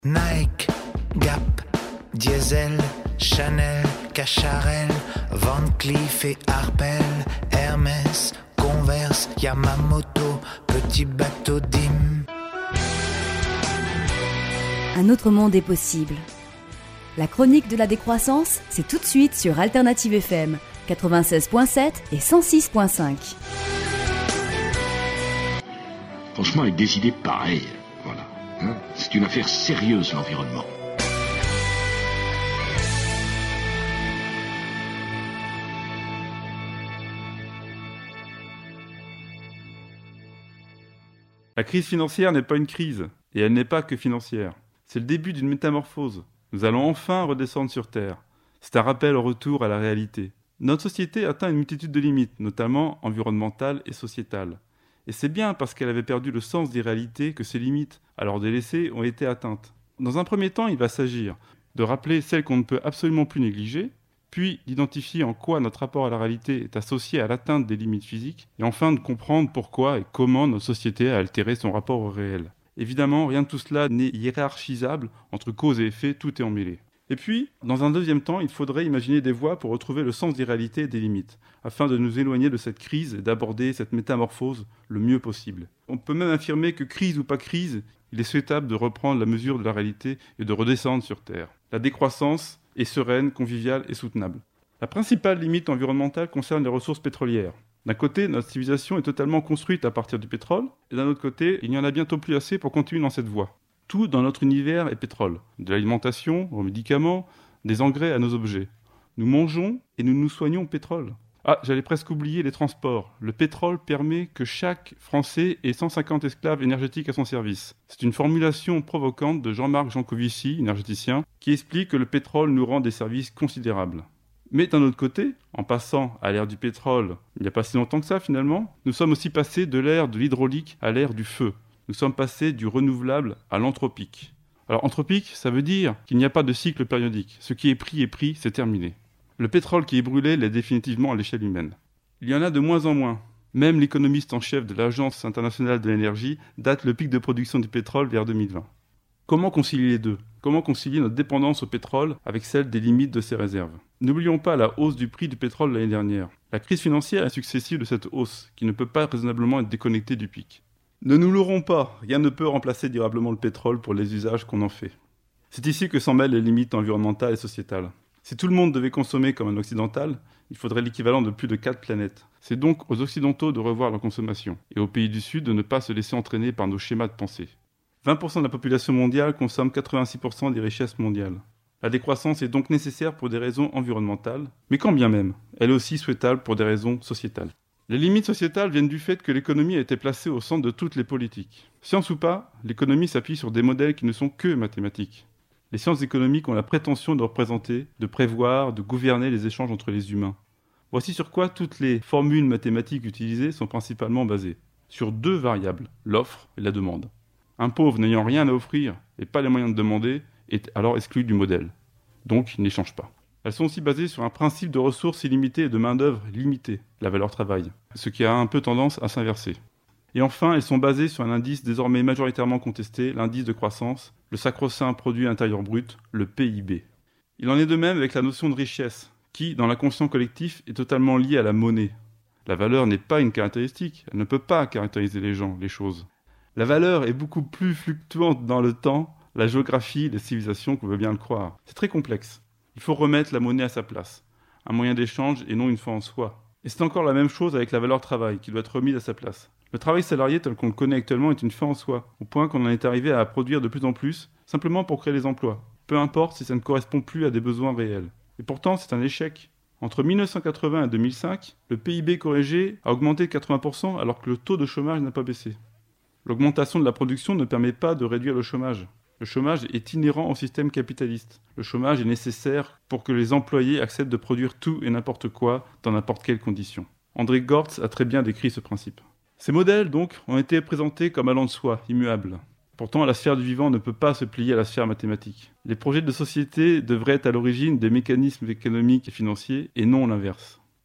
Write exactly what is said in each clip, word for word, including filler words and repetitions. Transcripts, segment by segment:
Nike, Gap, Diesel, Chanel, Cacharel, Van Cleef et Arpels, Hermès, Converse, Yamamoto, Petit Bateau Dim. Un autre monde est possible. La chronique de la décroissance, c'est tout de suite sur Alternative F M, quatre-vingt-seize virgule sept et cent six virgule cinq. Franchement, avec des idées pareilles, voilà. Hein, c'est une affaire sérieuse, l'environnement. La crise financière n'est pas une crise, et elle n'est pas que financière. C'est le début d'une métamorphose. Nous allons enfin redescendre sur Terre. C'est un rappel au retour à la réalité. Notre société atteint une multitude de limites, notamment environnementales et sociétales. Et c'est bien parce qu'elle avait perdu le sens des réalités que ces limites, alors délaissées, ont été atteintes. Dans un premier temps, il va s'agir de rappeler celles qu'on ne peut absolument plus négliger, puis d'identifier en quoi notre rapport à la réalité est associé à l'atteinte des limites physiques, et enfin de comprendre pourquoi et comment notre société a altéré son rapport au réel. Évidemment, rien de tout cela n'est hiérarchisable, entre cause et effet, tout est emmêlé. Et puis, dans un deuxième temps, il faudrait imaginer des voies pour retrouver le sens des réalités et des limites, afin de nous éloigner de cette crise et d'aborder cette métamorphose le mieux possible. On peut même affirmer que crise ou pas crise, il est souhaitable de reprendre la mesure de la réalité et de redescendre sur Terre. La décroissance est sereine, conviviale et soutenable. La principale limite environnementale concerne les ressources pétrolières. D'un côté, notre civilisation est totalement construite à partir du pétrole, et d'un autre côté, il n'y en a bientôt plus assez pour continuer dans cette voie. Tout dans notre univers est pétrole. De l'alimentation aux médicaments, des engrais à nos objets. Nous mangeons et nous nous soignons au pétrole. Ah, j'allais presque oublier les transports. Le pétrole permet que chaque Français ait cent cinquante esclaves énergétiques à son service. C'est une formulation provocante de Jean-Marc Jancovici, énergéticien, qui explique que le pétrole nous rend des services considérables. Mais d'un autre côté, en passant à l'ère du pétrole, il n'y a pas si longtemps que ça finalement, nous sommes aussi passés de l'ère de l'hydraulique à l'ère du feu. Nous sommes passés du renouvelable à l'anthropique. Alors anthropique, ça veut dire qu'il n'y a pas de cycle périodique. Ce qui est pris est pris, c'est terminé. Le pétrole qui est brûlé l'est définitivement à l'échelle humaine. Il y en a de moins en moins. Même l'économiste en chef de l'Agence internationale de l'énergie date le pic de production du pétrole vers deux mille vingt. Comment concilier les deux ? Comment concilier notre dépendance au pétrole avec celle des limites de ses réserves ? N'oublions pas la hausse du prix du pétrole l'année dernière. La crise financière est successive de cette hausse, qui ne peut pas raisonnablement être déconnectée du pic. Ne nous leurrons pas, rien ne peut remplacer durablement le pétrole pour les usages qu'on en fait. C'est ici que s'en mêlent les limites environnementales et sociétales. Si tout le monde devait consommer comme un occidental, il faudrait l'équivalent de plus de quatre planètes. C'est donc aux occidentaux de revoir leur consommation, et aux pays du Sud de ne pas se laisser entraîner par nos schémas de pensée. vingt pour cent de la population mondiale consomme quatre-vingt-six pour cent des richesses mondiales. La décroissance est donc nécessaire pour des raisons environnementales, mais quand bien même, elle est aussi souhaitable pour des raisons sociétales. Les limites sociétales viennent du fait que l'économie a été placée au centre de toutes les politiques. Science ou pas, l'économie s'appuie sur des modèles qui ne sont que mathématiques. Les sciences économiques ont la prétention de représenter, de prévoir, de gouverner les échanges entre les humains. Voici sur quoi toutes les formules mathématiques utilisées sont principalement basées. Sur deux variables, l'offre et la demande. Un pauvre n'ayant rien à offrir et pas les moyens de demander est alors exclu du modèle. Donc il n'échange pas. Elles sont aussi basées sur un principe de ressources illimitées et de main-d'œuvre limitée, la valeur travail, ce qui a un peu tendance à s'inverser. Et enfin, elles sont basées sur un indice désormais majoritairement contesté, l'indice de croissance, le sacro-saint produit intérieur brut, le P I B. Il en est de même avec la notion de richesse, qui, dans l'inconscient collectif, est totalement liée à la monnaie. La valeur n'est pas une caractéristique, elle ne peut pas caractériser les gens, les choses. La valeur est beaucoup plus fluctuante dans le temps, la géographie, les civilisations qu'on veut bien le croire. C'est très complexe. Il faut remettre la monnaie à sa place, un moyen d'échange et non une fin en soi. Et c'est encore la même chose avec la valeur travail, qui doit être remise à sa place. Le travail salarié tel qu'on le connaît actuellement est une fin en soi, au point qu'on en est arrivé à produire de plus en plus, simplement pour créer des emplois. Peu importe si ça ne correspond plus à des besoins réels. Et pourtant, c'est un échec. Entre mille neuf cent quatre-vingts et deux mille cinq, le P I B corrigé a augmenté de quatre-vingts pour cent alors que le taux de chômage n'a pas baissé. L'augmentation de la production ne permet pas de réduire le chômage. Le chômage est inhérent au système capitaliste. Le chômage est nécessaire pour que les employés acceptent de produire tout et n'importe quoi dans n'importe quelles conditions. André Gortz a très bien décrit ce principe. Ces modèles, donc, ont été présentés comme allant de soi, immuables. Pourtant, la sphère du vivant ne peut pas se plier à la sphère mathématique. Les projets de société devraient être à l'origine des mécanismes économiques et financiers, et non l'inverse.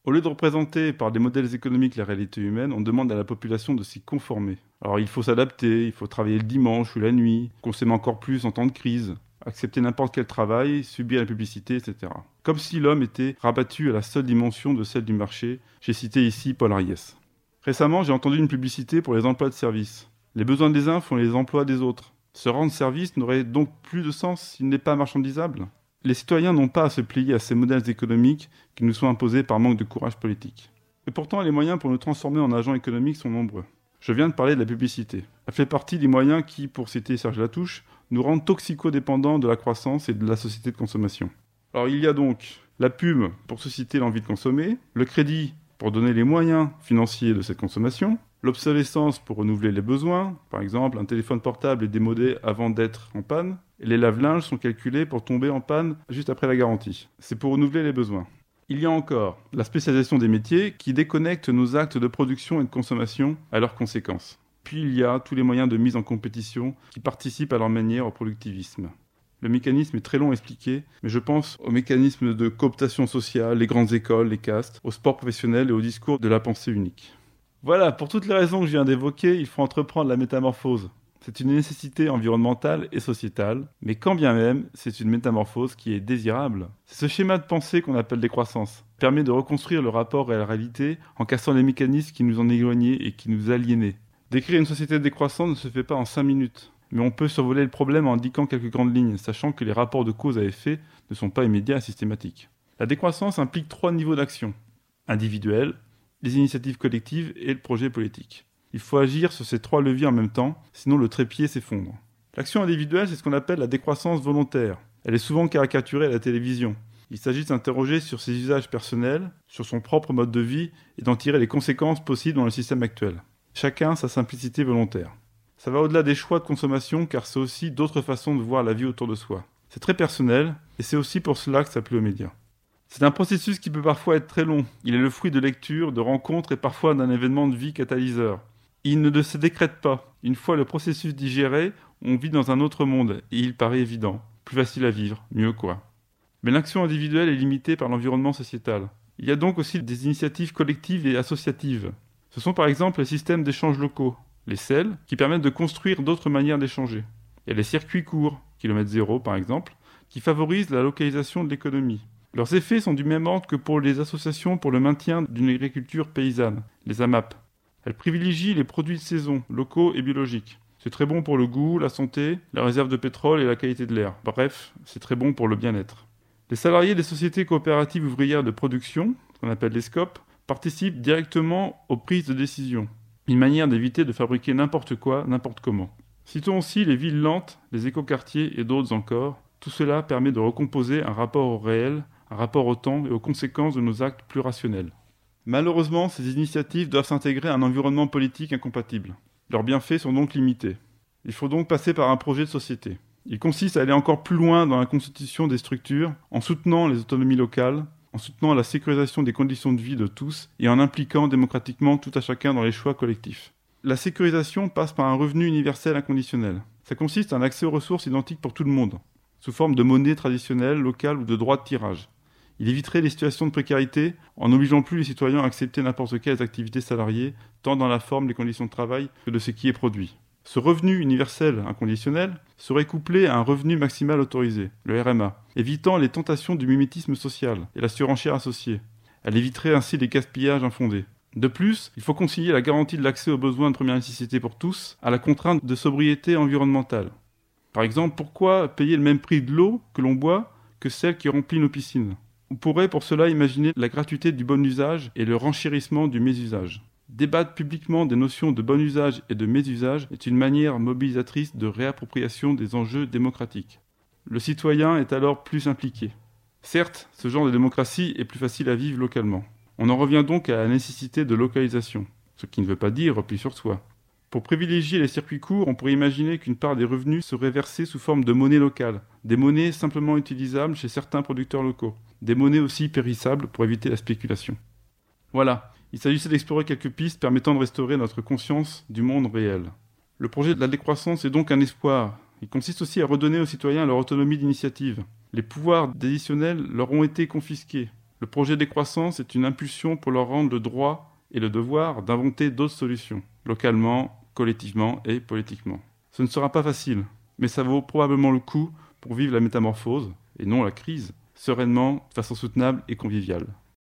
Au lieu de représenter par des modèles économiques la réalité humaine, on demande à la population de s'y conformer. Alors il faut s'adapter, il faut travailler le dimanche ou la nuit, consommer encore plus en temps de crise, accepter n'importe quel travail, subir la publicité, et cetera. Comme si l'homme était rabattu à la seule dimension de celle du marché. J'ai cité ici Paul Ariès. Récemment, j'ai entendu une publicité pour les emplois de service. Les besoins des uns font les emplois des autres. Ce rendre service n'aurait donc plus de sens s'il n'est pas marchandisable. Les citoyens n'ont pas à se plier à ces modèles économiques qui nous sont imposés par manque de courage politique. Et pourtant, les moyens pour nous transformer en agents économiques sont nombreux. Je viens de parler de la publicité. Elle fait partie des moyens qui, pour citer Serge Latouche, nous rendent toxico-dépendants de la croissance et de la société de consommation. Alors il y a donc la pub pour susciter l'envie de consommer, le crédit pour donner les moyens financiers de cette consommation, l'obsolescence pour renouveler les besoins, par exemple un téléphone portable est démodé avant d'être en panne, et les lave-linges sont calculés pour tomber en panne juste après la garantie. C'est pour renouveler les besoins. Il y a encore la spécialisation des métiers qui déconnecte nos actes de production et de consommation à leurs conséquences. Puis il y a tous les moyens de mise en compétition qui participent à leur manière au productivisme. Le mécanisme est très long à expliquer, mais je pense aux mécanismes de cooptation sociale, les grandes écoles, les castes, au sport professionnel et au discours de la pensée unique. Voilà, pour toutes les raisons que je viens d'évoquer, il faut entreprendre la métamorphose. C'est une nécessité environnementale et sociétale, mais quand bien même, c'est une métamorphose qui est désirable. C'est ce schéma de pensée qu'on appelle décroissance. Il permet de reconstruire le rapport à la réalité en cassant les mécanismes qui nous en éloignaient et qui nous aliénaient. Décrire une société décroissante ne se fait pas en cinq minutes. Mais on peut survoler le problème en indiquant quelques grandes lignes, sachant que les rapports de cause à effet ne sont pas immédiats et systématiques. La décroissance implique trois niveaux d'action. Individuel, les initiatives collectives et le projet politique. Il faut agir sur ces trois leviers en même temps, sinon le trépied s'effondre. L'action individuelle, c'est ce qu'on appelle la décroissance volontaire. Elle est souvent caricaturée à la télévision. Il s'agit de s'interroger sur ses usages personnels, sur son propre mode de vie et d'en tirer les conséquences possibles dans le système actuel. Chacun sa simplicité volontaire. Ça va au-delà des choix de consommation car c'est aussi d'autres façons de voir la vie autour de soi. C'est très personnel et c'est aussi pour cela que ça plaît aux médias. C'est un processus qui peut parfois être très long. Il est le fruit de lectures, de rencontres et parfois d'un événement de vie catalyseur. Il ne se décrète pas. Une fois le processus digéré, on vit dans un autre monde et il paraît évident. Plus facile à vivre, mieux quoi. Mais l'action individuelle est limitée par l'environnement sociétal. Il y a donc aussi des initiatives collectives et associatives. Ce sont par exemple les systèmes d'échanges locaux, les C E L, qui permettent de construire d'autres manières d'échanger. Il y a les circuits courts, kilomètre zéro par exemple, qui favorisent la localisation de l'économie. Leurs effets sont du même ordre que pour les associations pour le maintien d'une agriculture paysanne, les A M A P. Elles privilégient les produits de saison, locaux et biologiques. C'est très bon pour le goût, la santé, la réserve de pétrole et la qualité de l'air. Bref, c'est très bon pour le bien-être. Les salariés des sociétés coopératives ouvrières de production, ce qu'on appelle les S C O P, participent directement aux prises de décision. Une manière d'éviter de fabriquer n'importe quoi, n'importe comment. Citons aussi les villes lentes, les écoquartiers et d'autres encore. Tout cela permet de recomposer un rapport au réel, un rapport au temps et aux conséquences de nos actes plus rationnels. Malheureusement, ces initiatives doivent s'intégrer à un environnement politique incompatible. Leurs bienfaits sont donc limités. Il faut donc passer par un projet de société. Il consiste à aller encore plus loin dans la constitution des structures, en soutenant les autonomies locales, en soutenant la sécurisation des conditions de vie de tous et en impliquant démocratiquement tout à chacun dans les choix collectifs. La sécurisation passe par un revenu universel inconditionnel. Ça consiste à un accès aux ressources identiques pour tout le monde, sous forme de monnaie traditionnelle, locale ou de droits de tirage. Il éviterait les situations de précarité en n'obligeant plus les citoyens à accepter n'importe quelles activités salariées, tant dans la forme des conditions de travail que de ce qui est produit. Ce revenu universel inconditionnel serait couplé à un revenu maximal autorisé, le R M A, évitant les tentations du mimétisme social et la surenchère associée. Elle éviterait ainsi les gaspillages infondés. De plus, il faut concilier la garantie de l'accès aux besoins de première nécessité pour tous à la contrainte de sobriété environnementale. Par exemple, pourquoi payer le même prix de l'eau que l'on boit que celle qui remplit nos piscines ? On pourrait pour cela imaginer la gratuité du bon usage et le renchérissement du mésusage. Débattre publiquement des notions de bon usage et de mésusage est une manière mobilisatrice de réappropriation des enjeux démocratiques. Le citoyen est alors plus impliqué. Certes, ce genre de démocratie est plus facile à vivre localement. On en revient donc à la nécessité de localisation, ce qui ne veut pas dire repli sur soi. Pour privilégier les circuits courts, on pourrait imaginer qu'une part des revenus serait versée sous forme de monnaie locale, des monnaies simplement utilisables chez certains producteurs locaux, des monnaies aussi périssables pour éviter la spéculation. Voilà. Il s'agissait d'explorer quelques pistes permettant de restaurer notre conscience du monde réel. Le projet de la décroissance est donc un espoir. Il consiste aussi à redonner aux citoyens leur autonomie d'initiative. Les pouvoirs décisionnels leur ont été confisqués. Le projet décroissance est une impulsion pour leur rendre le droit et le devoir d'inventer d'autres solutions, localement, collectivement et politiquement. Ce ne sera pas facile, mais ça vaut probablement le coup pour vivre la métamorphose, et non la crise, sereinement, de façon soutenable et conviviale.